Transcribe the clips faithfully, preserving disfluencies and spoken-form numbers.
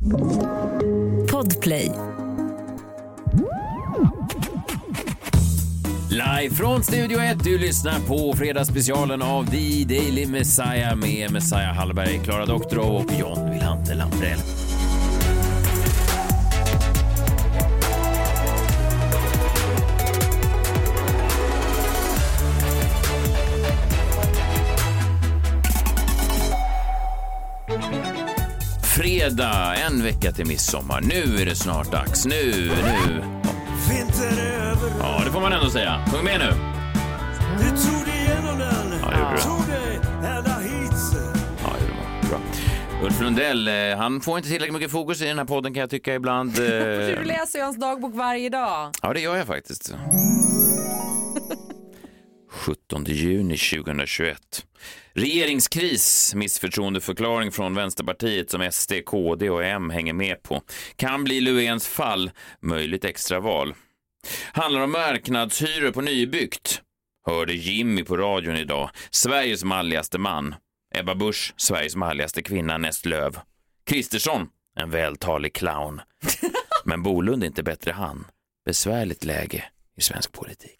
Podplay. Live från Studio ett, du lyssnar på fredagsspecialen av The Daily Messiah med Messiah Hallberg, Klara Doktorov och John Wilander Lambrell. Fredag, en vecka till midsommar. Nu är det snart dags. Nu, nu. Ja, det får man ändå säga. Sjung med nu. Ja, det gjorde du. Ja, det gjorde man. Bra. Ulf Lundell, han får inte tillräckligt mycket fokus i den här podden, kan jag tycka ibland. Du läser ju hans dagbok varje dag. Ja, det gör jag faktiskt. sjuttonde juni tjugohundratjugoett. Regeringskris, missförtroendeförklaring från Vänsterpartiet som S D, K D och M hänger med på. Kan bli Löfvens fall, möjligt extraval. Handlar om marknadshyror på nybyggt. Hörde Jimmy på radion idag. Sveriges malligaste man. Ebba Busch, Sveriges malligaste kvinna näst Löv. Kristersson, en vältalig clown. Men Bolund är inte bättre han. Besvärligt läge i svensk politik.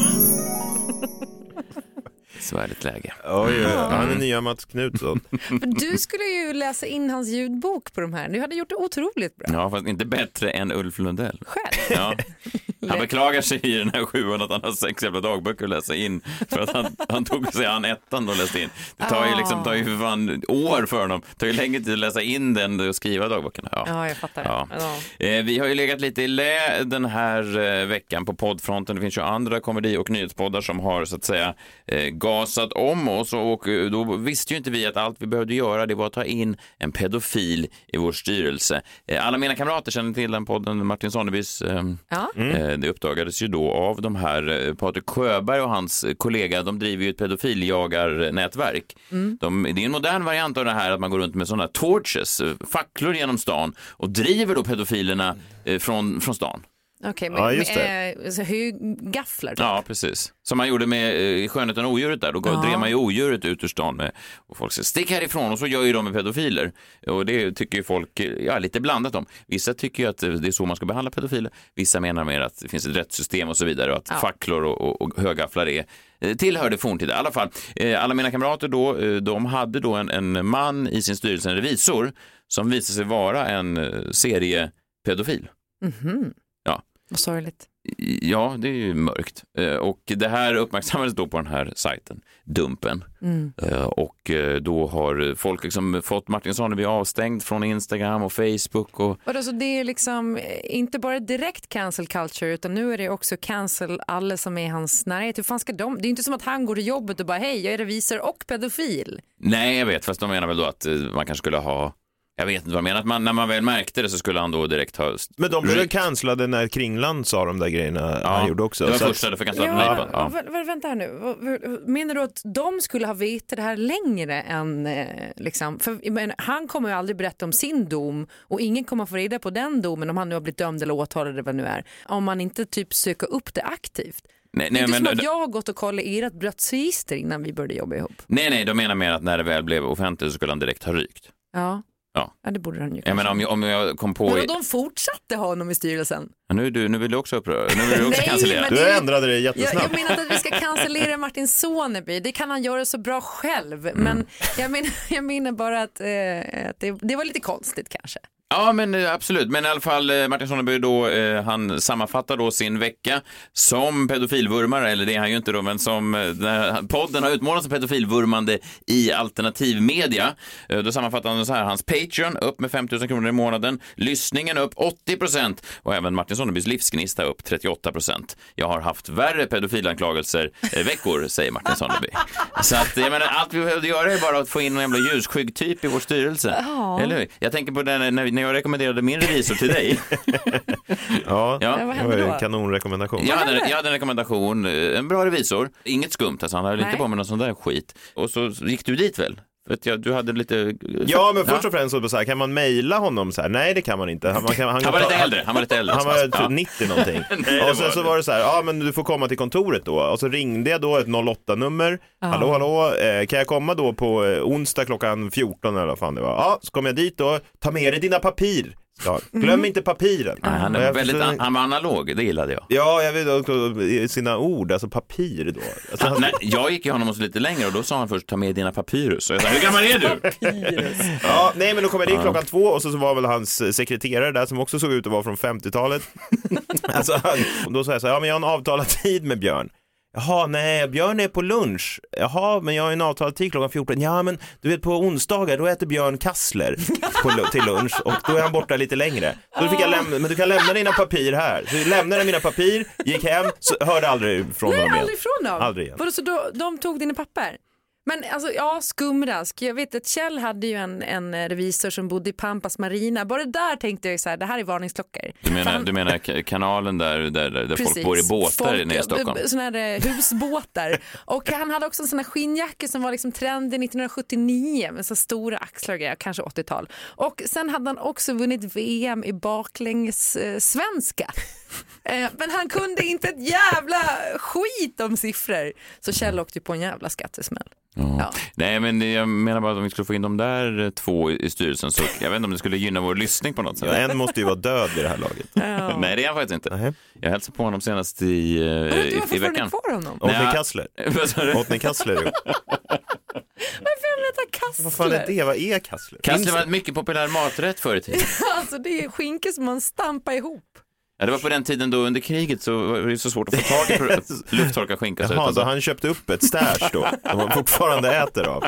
Svärligt läge. Oj, oj, han är nya Mats Knutsson. Du skulle ju läsa in hans ljudbok på de här. Du hade gjort det otroligt bra. Ja, fast inte bättre än Ulf Lundell. Själv? Ja. Han beklagar sig i den här sjuan att han har sex jävla dagböcker att läsa in. För att han, han tog sig an ettan och läste in. Det tar ju liksom tar ju för fan år för honom. Det tar ju längre tid att läsa in den och skriva dagböckerna. Ja, ja jag fattar. Ja. Ja. Eh, vi har ju legat lite i lä den här eh, veckan på poddfronten. Det finns ju andra komedi- och nyhetspoddar som har så att säga eh, gasat om oss. Och, och då visste ju inte vi att allt vi behövde göra det var att ta in en pedofil i vår styrelse. Eh, alla mina kamrater känner till den podden, Martin Sonnebys. Eh, ja. mm. Det uppdagades ju då av de här, Patrik Sjöberg och hans kollega, de driver ju ett pedofiljagarnätverk. Mm. De, det är en modern variant av det här att man går runt med sådana torches, facklor genom stan och driver då pedofilerna eh, från, från stan. Okej, okay, ja, med äh, högafflar typ. Ja, precis. Som man gjorde med eh, Skönheten och odjuret där. Då ja. drev man ju odjuret ut ur stan med, och folk säger stick härifrån, och så gör ju de med pedofiler. Och det tycker ju folk, ja, lite blandat om. Vissa tycker ju att det är så man ska behandla pedofiler. Vissa menar mer att det finns ett rättssystem och så vidare och att ja. facklor och, och, och högafflar är tillhörde forntid. I alla fall, eh, alla mina kamrater då, eh, de hade då en, en man i sin styrelse, en revisor, som visade sig vara en eh, seriepedofil. Mhm. Ja. Vad sorgligt. Ja, det är ju mörkt. Och det här uppmärksammades då på den här sajten, Dumpen. Mm. Och då har folk liksom fått Martin Sonneby avstängd från Instagram och Facebook. Och... och alltså det är liksom inte bara direkt cancel culture, utan nu är det också cancel alla som är i hans närhet. Hur fan ska de? Det är inte som att han går till jobbet och bara hej, jag är revisor och pedofil. Nej, jag vet. Fast de menar väl då att man kanske skulle ha... Jag vet inte vad jag menar. Att man, när man väl märkte det så skulle han då direkt ha... Men de blev cancellade när Kringland sa de där grejerna ja, han gjorde också. Det var så första, att... för kanske ja, ja. Vä- vänta här nu. Menar du att de skulle ha vetat det här längre än liksom... För men, han kommer ju aldrig berätta om sin dom och ingen kommer få reda på den domen om han nu har blivit dömd eller åtalad eller vad nu är. Om man inte typ söker upp det aktivt. Nej, nej, det är inte men, som att jag har gått och kollat i ert brottsregister innan vi började jobba ihop. Nej, nej, de menar mer att när det väl blev offentligt så skulle han direkt ha rykt. Ja. Ja. Ja, det borde han ju. Jag menar, om, jag, om jag kom på... Men de fortsatte ha honom i styrelsen. Ja, nu, du, nu vill du också uppröra. Nu vill du också cancellera. Du ändrade det jättesnabbt. Jag, jag menar att vi ska cancellera Martin Sonneby. Det kan han göra så bra själv. Mm. Men jag menar, jag menar bara att, eh, att det, det var lite konstigt kanske. Ja, men absolut. Men i alla fall, Martin Sonneby då, eh, han sammanfattar då sin vecka som pedofilvurmare, eller det är han ju inte då, men som eh, podden har utmålat som pedofilvurmande i alternativmedia. Eh, då sammanfattar han så här: hans Patreon upp med fem tusen kronor i månaden, lyssningen upp åttio procent och även Martin Sonnebys livsgnista upp trettioåtta procent. Jag har haft värre pedofilanklagelser eh, veckor, säger Martin Sonneby. Så att, jag menar, allt vi behövde göra är bara att få in en jävla ljusskygg typ i vår styrelse. Ja. Eller hur? Jag tänker på den när, när jag rekommenderade min revisor till dig. Ja, ja, det var en kanonrekommendation. Jag hade, jag hade en rekommendation, en bra revisor, inget skumt, alltså han hade inte på med någon sån där skit. Och så gick du dit väl? För att jag, du hade lite... Ja, men först och främst så, så här, kan man mejla honom så här? Nej, det kan man inte. Han, man kan, han, han var ta, lite äldre. Han var lite äldre. Han var ja. nittio någonting. Nej, och sen så det. var det så här, ja men du får komma till kontoret då. Och så ringde jag då ett noll åtta-nummer. Ah. Hallå, hallå, eh, kan jag komma då på eh, onsdag klockan fjorton eller vad fan det var? Ja, så kom jag dit då. Ta med dig dina papir. Ja, glöm mm. inte papiren. Nej, han, är väldigt an- han var analog, det gillade jag. Ja, jag vet också sina ord, alltså papir då. Alltså, han, nej, jag gick ju honom också lite längre och då sa han först ta med dina papyrus. Så jag sa, hur gammal är du? Ja, nej men då kom jag dit klockan två och så, så var väl hans sekreterare där som också såg ut att vara från femtiotalet. Alltså, då sa jag så här, ja men jag har en avtalad tid med Björn. Jaha, nej, Björn är på lunch. Jaha, men jag har en avtalad tid klockan fjorton. Ja, men du vet på onsdagar då äter Björn kassler på, till lunch och då är han borta lite längre. Så då fick jag lämna, men du kan lämna dina papir här. Så jag lämnade mina papir, gick hem, så hörde aldrig från nej, dem igen. aldrig från dem? Aldrig igen. Så då, de tog dina papper? Men alltså, ja, skumrask. Jag vet att Kjell hade ju en, en revisor som bodde i Pampas Marina. Bara där tänkte jag så här, det här är varningsklockor. Du menar, Han... du menar kanalen där, där, där folk bor i båtar folk, nere i Stockholm? Sådana här husbåtar. Och han hade också en sån här skinnjacka som var liksom trendig nittonhundrasjuttionio med så stora axlar och grejer, kanske åttiotal. Och sen hade han också vunnit V M i baklänges eh, svenska. eh, men han kunde inte ett jävla skit om siffror. Så Kjell åkte på en jävla skattesmäll. Ja. Ja. Nej, men jag menar bara att om vi skulle få in de där två i styrelsen så jag vet inte om det skulle gynna vår lyssning på något sätt. Ja, en måste ju vara död i det här laget. Ja. Nej, det är jag faktiskt inte. Uh-huh. Jag hälsade på honom senast i, i, i, i veckan. Åtni Kassler. Åtni Kassler, jo. Varför jag letar Kassler? Vad fan är det? Vad är Kassler? Kassler var en mycket populär maträtt förr i tiden. Alltså det är skinka som man stampar ihop. Ja, det var på den tiden då under kriget så var det så svårt att få tag i lufttorka skinka. Jaha, så, så han köpte upp ett stash då som man fortfarande äter av.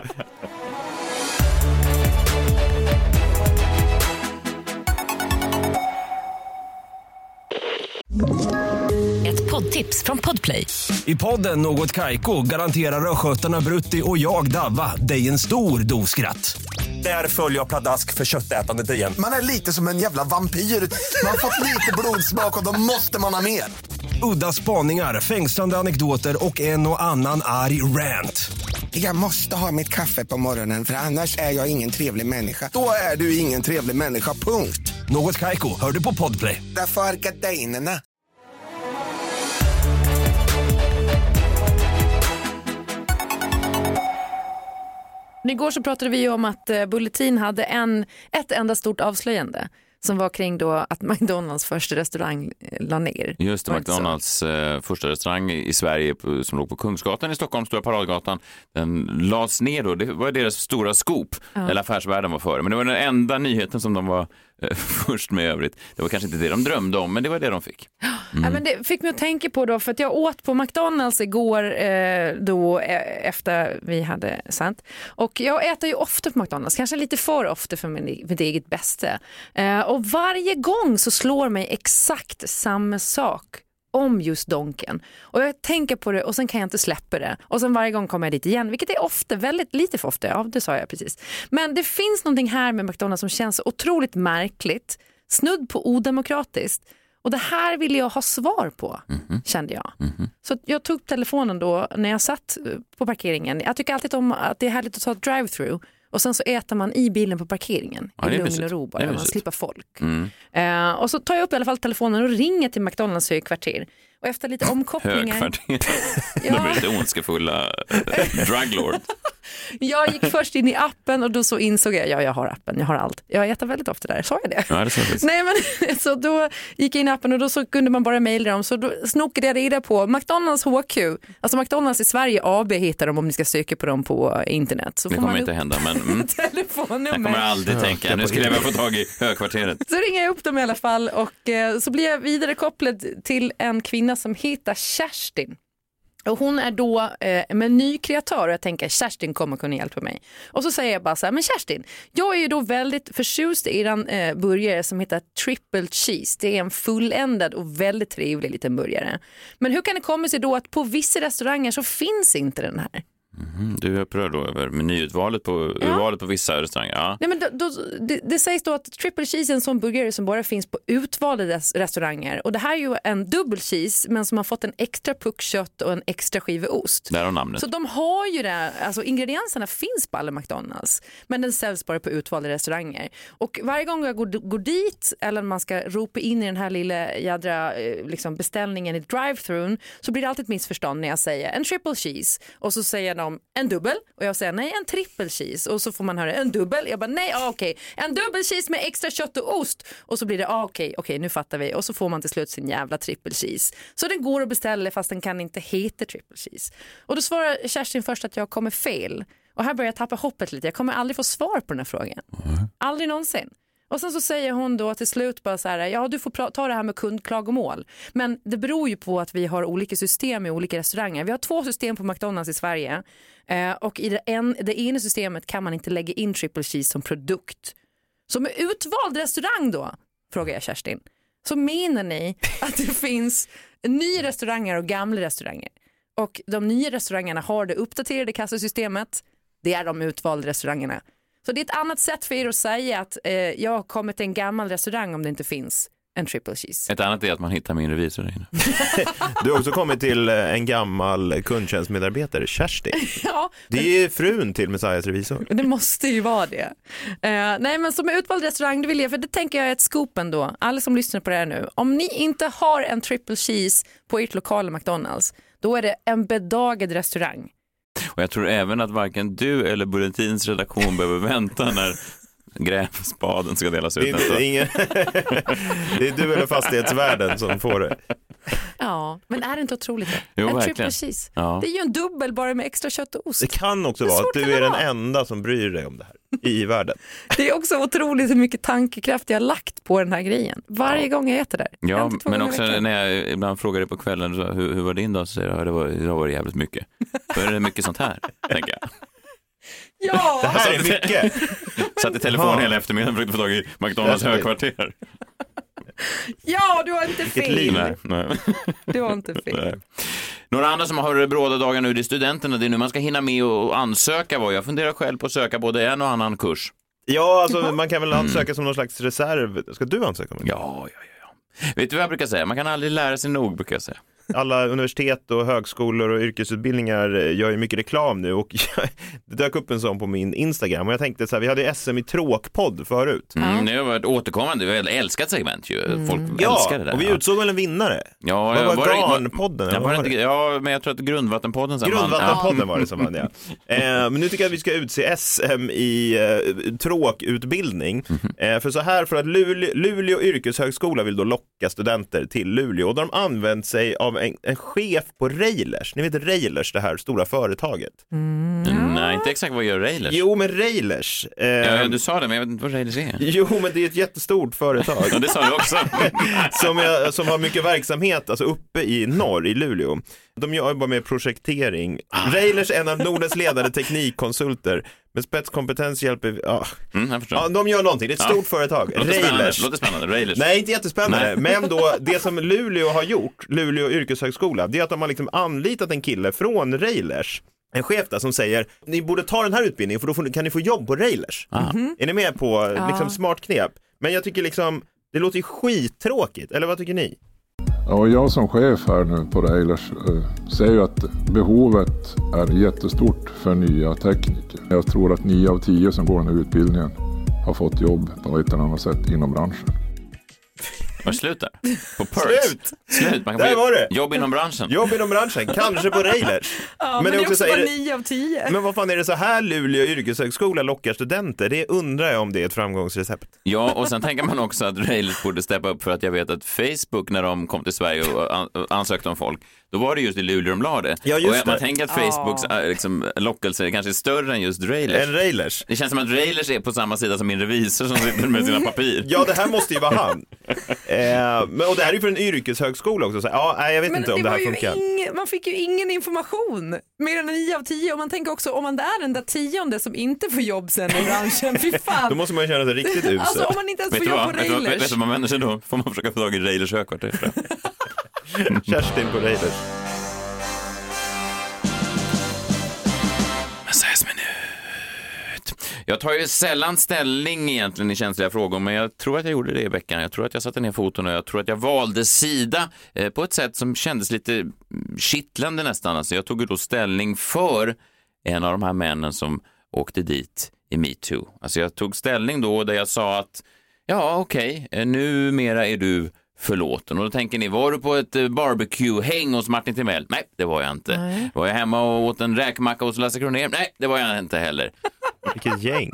Ett poddtips från Podplay. I podden Något Kaiko garanterar röskötarna Brutti och jag Davva dig en stor doskratt. Där följer jag pladask för köttätandet igen. Man är lite som en jävla vampyr. Man har fått lite blodsmak och då måste man ha mer. Udda spaningar, fängslande anekdoter och en och annan arg rant. Jag måste ha mitt kaffe på morgonen för annars är jag ingen trevlig människa. Då är du ingen trevlig människa, punkt. Något Kaiko, hör du på Podplay. Därför är gardinerna. Igår så pratade vi ju om att Bulletin hade en, ett enda stort avslöjande som var kring då att McDonalds första restaurang la ner. Just det, McDonalds eh, första restaurang i Sverige på, som låg på Kungsgatan i Stockholm, Stora Paradgatan, den lades ner då. Det var deras stora scoop, ja. Eller affärsvärlden var före. Men det var den enda nyheten som de var eh, först med övrigt. Det var kanske inte det de drömde om, men det var det de fick. Mm. Ja, men det fick mig att tänka på då, för att jag åt på McDonalds igår eh, då eh, efter vi hade sänt. Och jag äter ju ofta på McDonalds, kanske lite för ofta för min, mitt eget bästa. Eh, och varje gång så slår mig exakt samma sak om just donken. Och jag tänker på det och sen kan jag inte släppa det. Och sen varje gång kommer jag dit igen, vilket är ofta, väldigt lite för ofta. Ja, det sa jag precis. Men det finns någonting här med McDonalds som känns otroligt märkligt, snudd på odemokratiskt. Och det här ville jag ha svar på, mm-hmm. kände jag. Mm-hmm. Så jag tog upp telefonen då när jag satt på parkeringen. Jag tycker alltid om att det är härligt att ta ett drive-thru. Och sen så äter man i bilen på parkeringen. Ja, i lugn och ro bara, man slipper folk. Mm. Uh, och så tar jag upp i alla fall telefonen och ringer till McDonalds högkvarter. Och efter lite omkopplingar... Högkvarter? Ja. De är lite ondskefulla druglord. Jag gick först in i appen och då så insåg jag, ja jag har appen, jag har allt. Jag äter väldigt ofta där, sa jag det? Ja, det sa jag. Nej, men så då gick jag in i appen och då så kunde man bara mejla dem. Så då snokade jag reda på McDonalds H Q. Alltså McDonalds i Sverige A B heter de om ni ska söka på dem på internet. Så det får kommer man inte hända, men... Mm. Telefonnummer. Jag kommer aldrig tänka, nu skulle jag väl få tag i högkvarteret. Så ringer jag upp dem i alla fall och eh, så blir jag vidare kopplad till en kvinna som heter Kerstin. Och hon är då eh, menykreatör och jag tänker Kerstin kommer kunna hjälpa mig. Och så säger jag bara så här, men Kerstin, jag är ju då väldigt förtjust i en eh, burgare som heter Triple Cheese. Det är en fulländad och väldigt trevlig liten burgare. Men hur kan det komma sig då att på vissa restauranger så finns inte den här? Mm, du är upprörd då över menyutvalet på, ja. urvalet på vissa restauranger. Ja. Nej, men då, då, det, det sägs då att triple cheese är en sån burgare som bara finns på utvalda restauranger. Och det här är ju en dubbel cheese men som har fått en extra puck kött och en extra skiva ost. Där har namnet. Så de har ju det, alltså ingredienserna finns på alla McDonalds. Men den säljs bara på utvalda restauranger. Och varje gång jag går, går dit eller man ska ropa in i den här lilla jädra liksom, beställningen i drive-thrun så blir det alltid ett missförstånd när jag säger en triple cheese. Och så säger de en dubbel och jag säger nej en triple cheese och så får man höra en dubbel. Jag bara nej ah, okej okay. En dubbel cheese med extra kött och ost och så blir det ah, okej okay, okej okay, nu fattar vi och så får man till slut sin jävla triple cheese. Så den går att beställa fast den kan inte heta triple cheese. Och då svarar Kerstin först att jag kommer fel och här börjar jag tappa hoppet lite. Jag kommer aldrig få svar på den här frågan. Mm. Aldrig någonsin. Och sen så säger hon då till slut bara så här, ja du får ta det här med kundklagomål. Men det beror ju på att vi har olika system i olika restauranger. Vi har två system på McDonalds i Sverige. Eh, och i det, en, det ena systemet kan man inte lägga in triple cheese som produkt. Så med utvald restaurang då, frågar jag Kerstin, så menar ni att det finns nya restauranger och gamla restauranger. Och de nya restaurangerna har det uppdaterade kassasystemet. Det är de utvalda restaurangerna. Så det är ett annat sätt för er att säga att eh, jag har kommit till en gammal restaurang om det inte finns en triple cheese. Ett annat är att man hittar min revisor där inne. Du har också kommit till en gammal kundtjänstmedarbetare, Kerstin. Ja. Det är frun till Messiahs revisor. Det måste ju vara det. Uh, nej men som utvald restaurang, det vill jag, för det tänker jag är ett scoop ändå. Alla som lyssnar på det här nu. Om ni inte har en triple cheese på ert lokala McDonalds, då är det en bedagad restaurang. Och jag tror även att varken du eller Bulletins redaktion behöver vänta när grävspaden ska delas ut. Det är, ingen... det är du eller fastighetsvärden som får det. Ja, men är det inte otroligt? Jo, en verkligen. triple cheese. Ja. Det är ju en dubbel bara med extra kött och ost. Det kan också vara att du är den enda som bryr dig om det här i världen. Det är också otroligt hur mycket tankekraft jag har lagt på den här grejen. Varje ja. gång jag äter där. Ja, men också när jag ibland frågar dig på kvällen så, hur, hur var din dag? Så säger jag att det var, det var jävligt mycket. Då är det mycket sånt här, tänker jag. Ja! Det här är mycket. Satt i telefon ja. hela eftermiddagen för att få tag i McDonalds högkvarter. Ja, du har inte fel. Nej, nej. Du har inte fel. Nej. Några andra som har bråda dagar nu, det är studenterna. Det är nu man ska hinna med och ansöka. Vad jag funderar själv på att söka både en och annan kurs. Ja, alltså man kan väl ansöka mm. som någon slags reserv. Ska du ansöka? Ja, ja, ja, ja. Vet du vad jag brukar säga? Man kan aldrig lära sig nog, brukar jag säga. Alla universitet och högskolor och yrkesutbildningar gör ju mycket reklam nu och det dök upp en sån på min Instagram och jag tänkte så här, vi hade S M i tråkpodd förut. Mm, det har varit återkommande, vi har älskat segment ju. Folk mm. ja, älskar det där. Och vi utsåg väl en vinnare. Ja, vad var, var Garnpodden? Ja, var det, ja, men jag tror att Grundvattenpodden som Grundvattenpodden ja. var det som vann, ja. eh, Men nu tycker jag att vi ska utse S M i eh, tråkutbildning. Mm-hmm. eh, För så här, för att Luleå, Luleå yrkeshögskola vill då locka studenter till Luleå och de har använt sig av en, en chef på Railers. Ni vet Railers, det här stora företaget. Mm. Nej, inte exakt vad gör Railers. Jo, men Railers eh, ja, du sa det, men jag vet inte vad Railers är. Jo, men det är ett jättestort företag. Ja, det sa du också. som, jag, som har mycket verksamhet alltså uppe i norr, i Luleå. De jobbar med projektering. Railers är en av Nordens ledande teknikkonsulter med spetskompetens hjälper... Ja. Mm, jag förstår. Ja, de gör någonting, det är ett stort ja. företag. Låter Railers. Spännande. Låter spännande. Railers. Nej, inte jättespännande. Nej. Men då, det som Luleå har gjort, Luleå yrkeshögskola, det är att de har liksom anlitat en kille från Railers. En chef där som säger, ni borde ta den här utbildningen för då får, kan ni få jobb på Railers. Mm-hmm. Är ni med på liksom, smart knep? Men jag tycker liksom, det låter ju skittråkigt. Eller vad tycker ni? Ja, jag som chef här nu på Railers eh, ser ju att behovet är jättestort för nya tekniker. Jag tror att nio av tio som går den här utbildningen har fått jobb på ett eller annat sätt inom branschen. Var slut där? På Perks? Slut! Slut. Man kan där få var det. Jobb inom branschen. Jobb inom branschen, kanske på Railers. Ja, men, men det är också bara nio av tio. Men vad fan är det så här Luleå yrkeshögskola lockar studenter? Det undrar jag om det är ett framgångsrecept. Ja, och sen tänker man också att Railers borde steppa upp för att jag vet att Facebook när de kom till Sverige och ansökte om folk, då var det just i Luleå de la det. Ja, just och man tänker att Facebooks ja. liksom, lockelse är kanske större än just Railers. En Railers. Det känns som att Railers är på samma sida som min revisor som sitter med sina papir. Ja, det här måste ju vara han. eh, men, och det här är ju för en yrkeshögskola också. Så, ja, nej, jag vet men inte om det, det här funkar. Ing, man fick ju ingen information. Mer än nio av tio. Och man tänker också, om man är den där tionde som inte får jobb sen i branschen, fy fan. Då måste man ju känna sig riktigt usel. Alltså om man inte ens vet får jobb vad? på Railers. Vet du vad man vänder sig då? Får man försöka få tag i Railers högkvarter. Kerstin på Railers. Jag tar ju sällan ställning egentligen i känsliga frågor, men jag tror att jag gjorde det i veckan. Jag tror att jag satte ner foten och jag tror att jag valde sida eh, på ett sätt som kändes lite kittlande nästan. Alltså jag tog ju då ställning för en av de här männen som åkte dit i MeToo. Alltså jag tog ställning då där jag sa att ja okej, okay, numera är du förlåten. Och då tänker ni, var du på ett barbecue-häng hos Martin Timell? Nej, det var jag inte. Nej. Var jag hemma och åt en räkmacka hos Lasse Kronér? Nej, det var jag inte heller. Vilket gäng.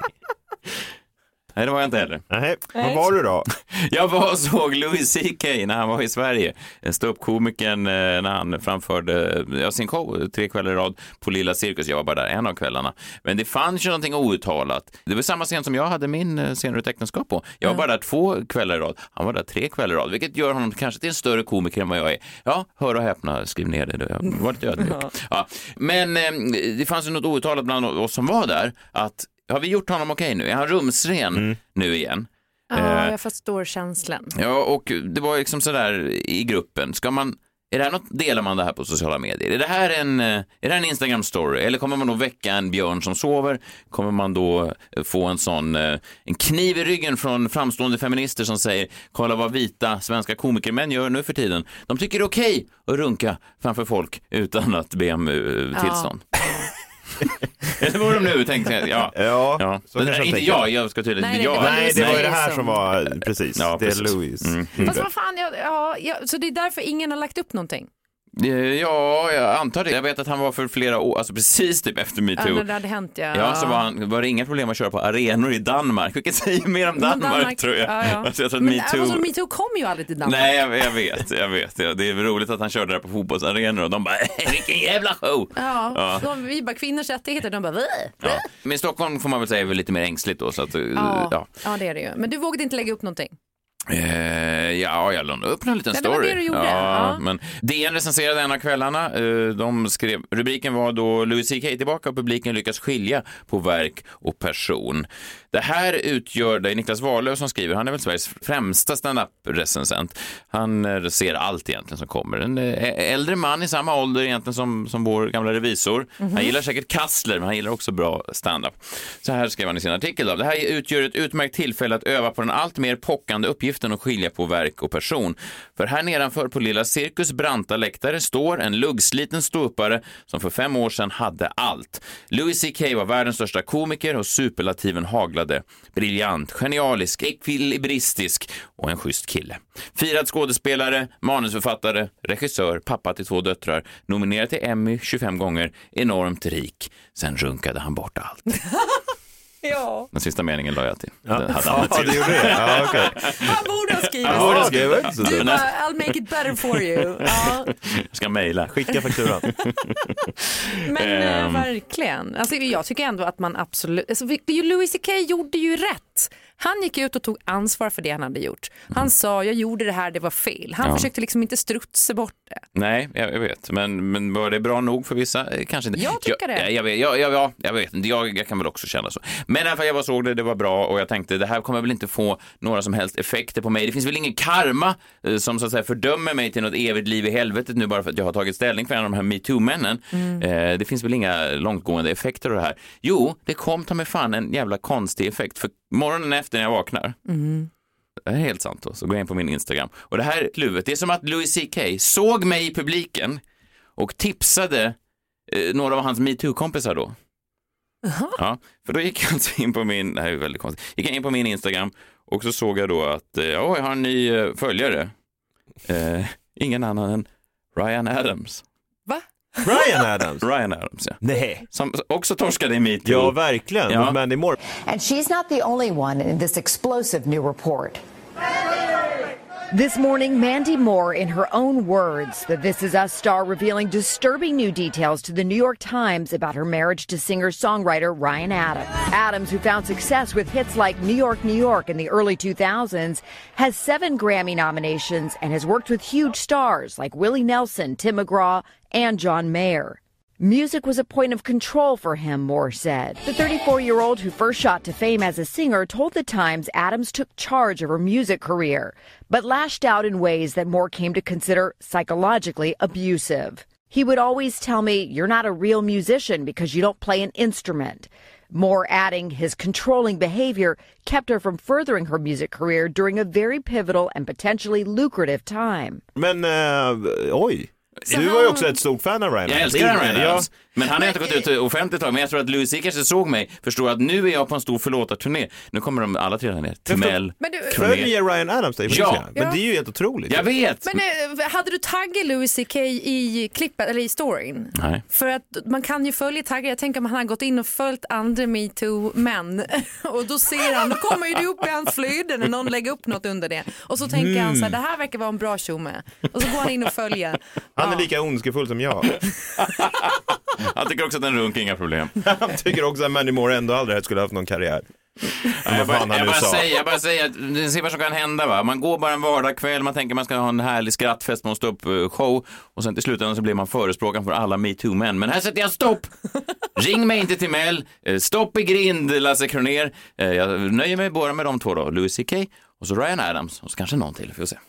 Nej, det var jag inte heller. Nej, vad var du då? Jag var och såg Louis C K när han var i Sverige. En ståuppkomikern när han framförde ja, sin show tre kvällar i rad på Lilla Cirkus. Jag var bara där en av kvällarna. Men det fanns ju någonting outtalat. Det var samma scen som jag hade min scener och äktenskap på. Jag var mm. bara där två kvällar i rad. Han var där tre kvällar i rad. Vilket gör honom kanske till en större komiker än vad jag är. Ja, hör och häpna, skriv ner det. Jag var lite ödmjuk. Ja. Men eh, det fanns ju något outtalat bland oss som var där. Att har vi gjort honom okej nu? Är han rumsren mm. nu igen? Ja, jag förstår känslan. Ja, och det var liksom sådär i gruppen. Ska man, är det här något, delar man det här på sociala medier? Är det här en, är det här en Instagram-story? Eller kommer man då väcka en björn som sover? Kommer man då få en sån, en kniv i ryggen från framstående feminister som säger, kolla vad vita svenska komikermän gör nu för tiden. De tycker det är okej att runka framför folk utan att be om tillstånd. Ja. Eller var de nu tänkte jag, ja. Ja, ja. Så inte jag, jag, jag ska tydligen nej, jag. Nej, det var ju det här som var precis. Ja, det är Louis. Mm. Fast vad fan, ja, ja, ja, så det är därför ingen har lagt upp någonting. Ja, jag antar det. Jag vet att han var för flera år, alltså precis typ efter MeToo. Ja, när det hade hänt, ja. Ja, så var, han, var det inga problem att köra på arenor i Danmark. Vilket säger mer om Danmark, Danmark tror jag. Ja, ja. Alltså, jag tror att Men MeToo... alltså, MeToo kom ju aldrig till Danmark. Nej, jag, jag vet, jag vet. Ja, det är roligt att han körde där på fotbollsarenor och de bara, vilken jävla show! Ja, ja. De, vi bara kvinnors rättigheter, de bara, ja. Men i Stockholm får man väl säga är väl lite mer ängsligt då. Så att, ja. Ja. ja, det är det ju. Men du vågade inte lägga upp någonting? Eh, ja, jag lade upp en liten Nej, story. Det var det du gjorde. Ja, ja. Men D N recenserade en av kvällarna. Eh, de skrev, rubriken var då Louis C K tillbaka och publiken lyckas skilja på verk och person. Det här utgör, det är Niklas Wahlöf som skriver, han är väl Sveriges främsta stand-up-recensent. Han ser allt egentligen som kommer. En äldre man i samma ålder egentligen som, som vår gamla revisor. Mm-hmm. Han gillar säkert Kassler, men han gillar också bra stand-up. Så här skrev han i sin artikel då. Det här utgör ett utmärkt tillfälle att öva på den allt mer pockande uppgiften att skilja på verk och person. För här nedanför på Lilla Cirkus branta läktare står en luggsliten ståuppare som för fem år sedan hade allt. Louis C K var världens största komiker och superlativen haglade. Briljant, genialisk, ekvilibristisk och en schysst kille. Firad skådespelare, manusförfattare, regissör, pappa till två döttrar, nominerad till Emmy tjugofem gånger, enormt rik. Sen runkade han bort allt. Ja. Den sista meningen la jag till. Ja, det hade ja det gjorde det. Ja, okay. Han borde ha skrivit. Han borde ha skrivit. Du bara, I'll make it better for you. Ja. Jag ska mejla. Skicka fakturan. Men um. verkligen. Alltså, jag tycker ändå att man absolut... Alltså, Louis C K gjorde ju rätt. Han gick ut och tog ansvar för det han hade gjort. Han mm. sa, jag gjorde det här, det var fel. Han ja. försökte liksom inte strutsa bort det. Nej, jag, jag vet. Men, men var det bra nog för vissa? Kanske inte. Jag tycker jag, det. Jag, jag, vet, jag, jag, jag, jag vet inte. Jag, jag kan väl också känna så. Men i alla fall jag bara såg det, det var bra. Och jag tänkte, det här kommer väl inte få några som helst effekter på mig. Det finns väl ingen karma eh, som så att säga fördömer mig till något evigt liv i helvetet nu bara för att jag har tagit ställning för en av de här MeToo-männen. Mm. Eh, det finns väl inga långtgående effekter av det här. Jo, det kom ta mig fan en jävla konstig effekt. För morgonen efter när jag vaknar. Mm. Det är helt sant då. Så går jag in på min Instagram. Och det här kluvet, det är som att Louis C K såg mig i publiken och tipsade eh, några av hans MeToo-kompisar då. Uh-huh. Ja, för då gick jag alltså in på min, det här är väldigt konstigt, gick jag in på min Instagram och så såg jag då att eh, ja, jag har en ny eh, följare. Eh, ingen annan än Ryan Adams. Va? Ryan Adams? Ryan Adams, ja. Nej. Som också torskade i MeToo. Ja, verkligen. Ja. Mandy Moore. And she's not the only one in this explosive new report. This morning, Mandy Moore, in her own words, the This Is Us star revealing disturbing new details to the New York Times about her marriage to singer-songwriter Ryan Adams. Adams, who found success with hits like New York, New York in the early two thousands, has seven Grammy nominations and has worked with huge stars like Willie Nelson, Tim McGraw, and John Mayer. Music was a point of control for him, Moore said. The thirty-four-year-old who first shot to fame as a singer told The Times Adams took charge of her music career, but lashed out in ways that Moore came to consider psychologically abusive. He would always tell me, you're not a real musician because you don't play an instrument. Moore adding his controlling behavior kept her from furthering her music career during a very pivotal and potentially lucrative time. Men, uh, oj. Så du var ju också ett stort fan av Ryan Adams. Jag älskar Ryan Adams. Ja. Men han har inte gått ut offentligt tag. Men jag tror att Louis C K kanske såg mig, förstår att nu är jag på en stor förlåtarturné. Nu kommer de alla tre här ner. Timell, följer Ryan Adams dig? Ja. Men det är ju helt otroligt. Jag vet. Men äh, hade du taggat Louis C K i klippet eller i storyn? Nej. För att man kan ju följa taggar. Jag tänker om han har gått in och följt andra MeToo-män. Och då ser han, då kommer ju det upp i hans flöde när någon lägger upp något under det. Och så tänker mm. han så här, det här verkar vara en bra tjomme. Och så går han in och följer. Han är ja. lika ondskefull som jag. Han tycker också att en runk är inga problem. Han tycker också att Mandy Moore ändå aldrig skulle ha haft någon karriär. Ja, jag, bara, jag, bara säger, jag bara säger att det ser vad som kan hända, va? Man går bara en vardagskväll, man tänker man ska ha en härlig skrattfest, man står upp show och sen till slutändan så blir man förespråkaren för alla MeToo-män. Men här sätter jag stopp! Ring mig inte till Mel, stopp i grind, Lasse Kroner. Jag nöjer mig bara med de två då, Louis C K och så Ryan Adams och så kanske någon till, får vi se.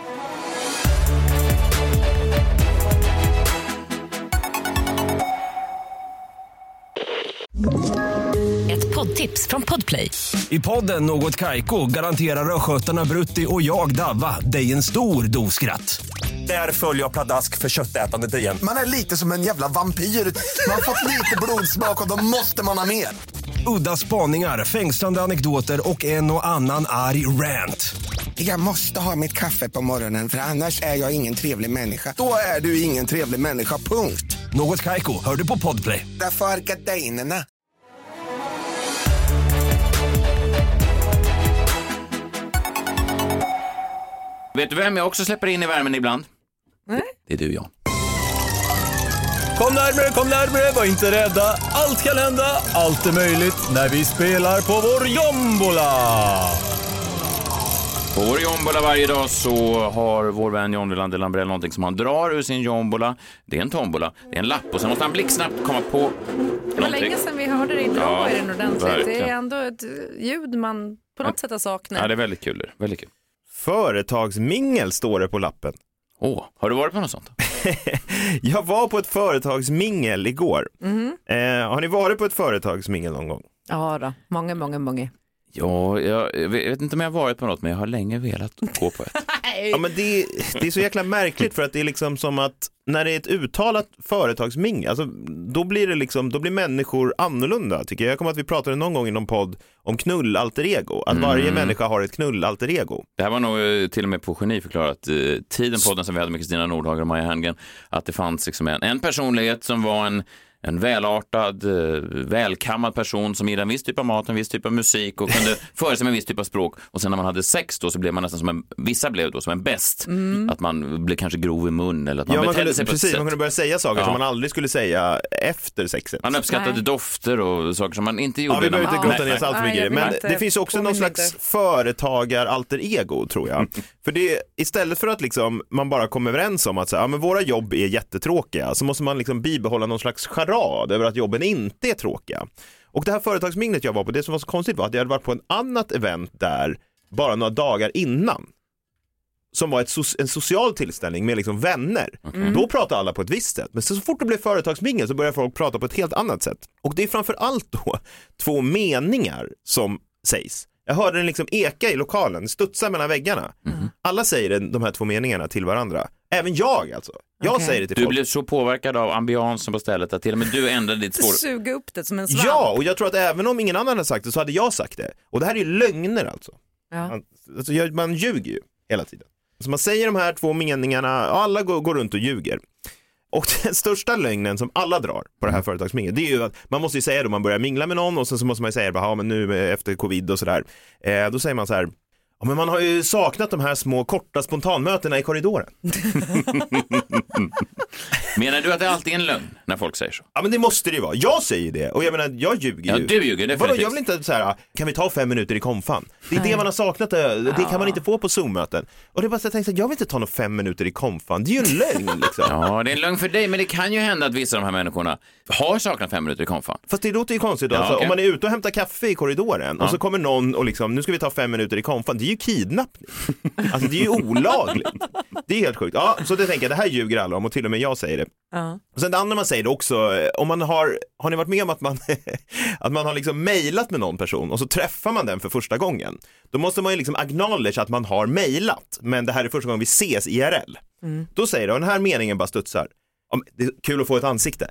Ett poddtips från Podplay. I podden Något Kaiko garanterar röskötarna Brutti och jag Davva dig en stor dos skratt. Där följer jag pladask för köttätandet igen. Man är lite som en jävla vampyr. Man har fått lite blodsmak och då måste man ha mer. Udda spaningar, fängslande anekdoter och en och annan arg rant. Jag måste ha mitt kaffe på morgonen för annars är jag ingen trevlig människa. Då är du ingen trevlig människa, punkt. Något Kaiko, hör du på Podplay. Därför är gardinerna. Vet du vem jag också släpper in i värmen ibland? Nej. Det är du, Jan. Kom närmare, kom närmare, var inte rädda. Allt kan hända, allt är möjligt när vi spelar på vår jombola. På vår jombola varje dag så har vår vän John Wilander Lambrell någonting som han drar ur sin jombola. Det är en tombola, det är en lapp och sen måste han blixtsnabbt komma på någonting. Det var länge sedan vi hörde dig dra ja, i den ordentligt. Verkligen. Det är ändå ett ljud man på något sätt har saknat. Ja, det är väldigt kul. Väldigt kul. Företagsmingel står det på lappen. Åh, har du varit på något sånt? Jag var på ett företagsmingel igår. Mm. Eh, har ni varit på ett företagsmingel någon gång? Ja då, många, många, många. Ja, jag vet inte om jag har varit på något, men jag har länge velat gå på ett. Ja, men det, det är så jäkla märkligt för att det är liksom som att när det är ett uttalat företagsmingel, alltså, då blir det liksom, då blir människor annorlunda tycker jag. Jag kommer att vi pratade någon gång i någon podd om knullalter ego, att varje mm. människa har ett knullalter ego. Det här var nog till och med på Geni förklarat, eh, tiden podden som vi hade med Kristina Nordhager och Maja Herngren, att det fanns liksom en, en personlighet som var en En välartad, välkammad person som gillade en viss typ av mat, en viss typ av musik och kunde föra sig med en viss typ av språk. Och sen när man hade sex då så blev man nästan som en, vissa blev då som en bäst. Mm. Att man blev kanske grov i mun eller att man ja, betedde man kunde, sig på precis, ett sätt. man kunde börja säga saker ja. som man aldrig skulle säga efter sexet. Man uppskattade Nej. dofter och saker som man inte gjorde. Ja, vi behöver inte gotta ner allt för mycket. Men inte. det finns också någon slags företagar-alter ego tror jag. För det, istället för att liksom, man bara kommer överens om att så, ja, men våra jobb är jättetråkiga så måste man liksom bibehålla någon slags charad över att jobben inte är tråkiga. Och det här företagsminglet jag var på, det som var så konstigt var att jag hade varit på en annat event där bara några dagar innan. Som var ett so- en social tillställning med liksom vänner. Mm. Då pratade alla på ett visst sätt. Men så, så fort det blev företagsmingel så började folk prata på ett helt annat sätt. Och det är framför allt då två meningar som sägs. Jag hörde den liksom eka i lokalen, studsa mellan väggarna. Mm. Alla säger den, de här två meningarna till varandra. Även jag alltså. Jag okay. säger det till du folk. Du blev så påverkad av ambiansen på stället att till och med du ändrade ditt spår. Suga upp det som en svamp. Ja, och jag tror att även om ingen annan hade sagt det så hade jag sagt det. Och det här är ju lögner alltså. Ja. Man, alltså man ljuger ju hela tiden. Så man säger de här två meningarna, alla går, går runt och ljuger. Och den största lögnen som alla drar på det här företagsminglet, det är ju att man måste ju säga då man börjar mingla med någon och sen så måste man ju säga ja men nu efter covid och sådär. Eh, då säger man så här, ja men man har ju saknat de här små korta spontanmötena i korridoren. Menar du att det alltid är en lögn när folk säger så? Ja men det måste det ju vara. Jag säger det och jag menar jag ljuger ju. Ja du ljuger Vadå, jag vill inte så här, kan vi ta fem minuter i konfan? Det är Nej. det man har saknat, det, det kan man inte få på Zoom-möten. Och det är bara så att jag tänkte, jag vill inte ta några fem minuter i konfan. Det är ju en lögn liksom. Ja det är en lögn för dig men det kan ju hända att vissa av de här människorna har saknat fem minuter i konfan. Fast det låter ju konstigt då. Ja, alltså, okay. Om man är ute och hämtar kaffe i korridoren ja. och så kommer någon och liksom, nu ska vi ta fem minuter i konfan. Det är ju kidnappning. Alltså det är ju olagligt. Det är helt sjukt. Ja, så det tänker jag, det här ljuger ljuger alla om, och till och med jag säger det. Ja. Och sen det andra man säger det också, om man har, har ni varit med om att man, att man har liksom mejlat med någon person och så träffar man den för första gången. Då måste man ju liksom acknowledge att man har mejlat, men det här är första gången vi ses I R L. Mm. Då säger det, och den här meningen bara studsar. Det är kul att få ett ansikte.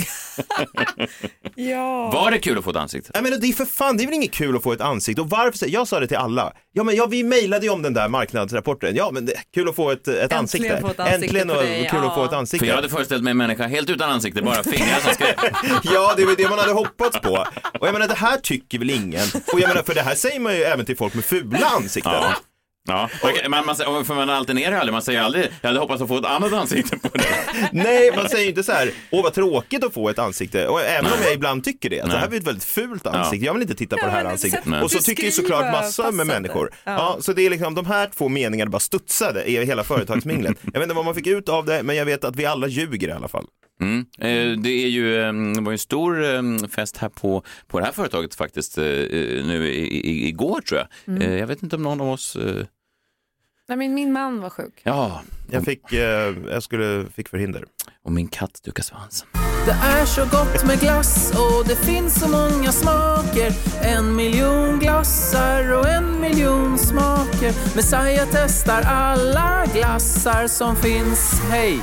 Ja. Var det kul att få ett ansikte? Jag menar, det är för fan, det är väl inget kul att få ett ansikte. Och varför? Jag sa det till alla. Ja, men ja, vi mejlade ju om den där marknadsrapporten. Ja, men det är kul att få ett, ett ansikte. Få ett ansikte. Äntligen och kul ja. att få ett ansikte. För jag hade föreställt mig en människa helt utan ansikte, bara fingrar som skrev. Ja, det var det man hade hoppats på. Och jag menar, det här tycker väl ingen. Och jag menar, för det här säger man ju även till folk med fula ansikten. Ja. Ja, man, man, för man alternerar aldrig, man säger aldrig, jag hade hoppats att få ett annat ansikte på det. Nej, man säger inte så här, åh vad tråkigt att få ett ansikte, och även Nej. om jag ibland tycker det, att det här är ett väldigt fult ansikte, ja. jag vill inte titta på ja, det här ansiktet. Nej. Och så tycker ju såklart massa med människor. Ja. Ja, så det är liksom de här två meningarna bara studsade i hela företagsminglet. Jag vet inte vad man fick ut av det, men jag vet att vi alla ljuger i alla fall. Mm. Eh, det är ju, det var en stor eh, fest här på, på det här företaget faktiskt eh, nu i, i, igår tror jag. Mm. Eh, jag vet inte om någon av oss... Eh... Nej, men min man var sjuk. Ja. Jag fick, eh, jag skulle, fick förhinder. Och min katt dukar svansen. Det är så gott med glass och det finns så många smaker. En miljon glassar och en miljon smaker. Messiah testar alla glassar som finns. Hej!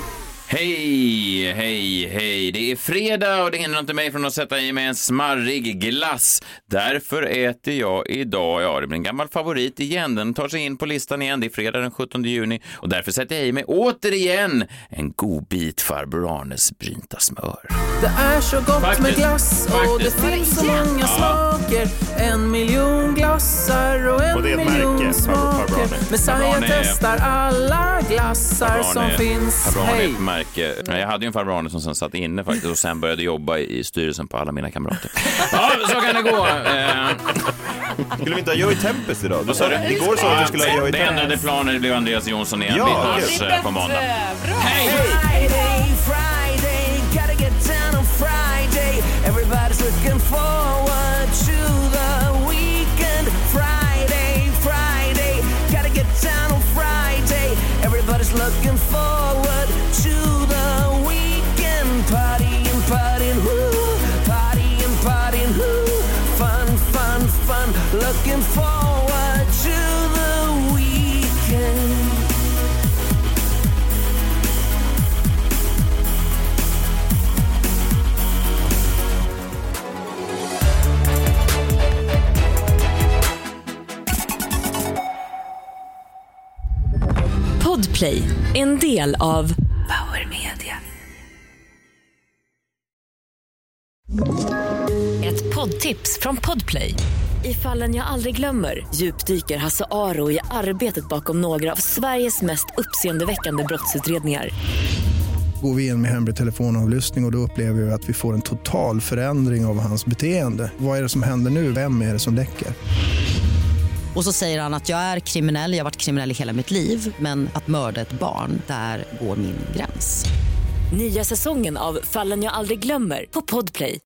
Hej, hej, hej. Det är fredag och det hindrar inte mig från att sätta i mig en smarrig glass. Därför äter jag idag, ja det blir en gammal favorit igen. Den tar sig in på listan igen, det är fredag den sjuttonde juni. Och därför sätter jag i mig återigen en god bit farbror Arnes brynta smör. Det är så gott Faktiskt. med glass och Faktiskt. det finns så många ja. smaker. En miljon glassar och en och miljon märke, smaker. Messiah testar alla glassar som finns. Hej! Jag hade ju en farbror Arne som sen satt inne faktiskt och sen började jobba i styrelsen på alla mina kamrater. Ja, så kan det gå. Skulle vi inte ha Joey Tempest idag? Vad sa du? Igår sa att vi skulle ha Joey Tempest. Det ändrade planer, det blev Andreas Jonsson igen. Ja, vi hörs på måndag. Hej! Friday, Friday, gotta get down on Friday. Everybody's looking forward to the weekend. Friday, Friday, gotta get down on Friday. Everybody's looking forward to the weekend. Partying, partying, woo. Partying, partying, woo. Fun, fun, fun. Looking forward to the weekend. Podplay, en del av Power Media. Ett poddtips från Podplay. I Fallen jag aldrig glömmer djupdyker Hasse Aro i arbetet bakom några av Sveriges mest uppseendeväckande brottsutredningar. Går vi in med hemlig telefonavlyssning och, och då upplever vi att vi får en total förändring av hans beteende. Vad är det som händer nu? Vem är det som läcker? Och så säger han att jag är kriminell, jag har varit kriminell i hela mitt liv. Men att mörda ett barn, där går min gräns. Nya säsongen av Fallen jag aldrig glömmer på Podplay.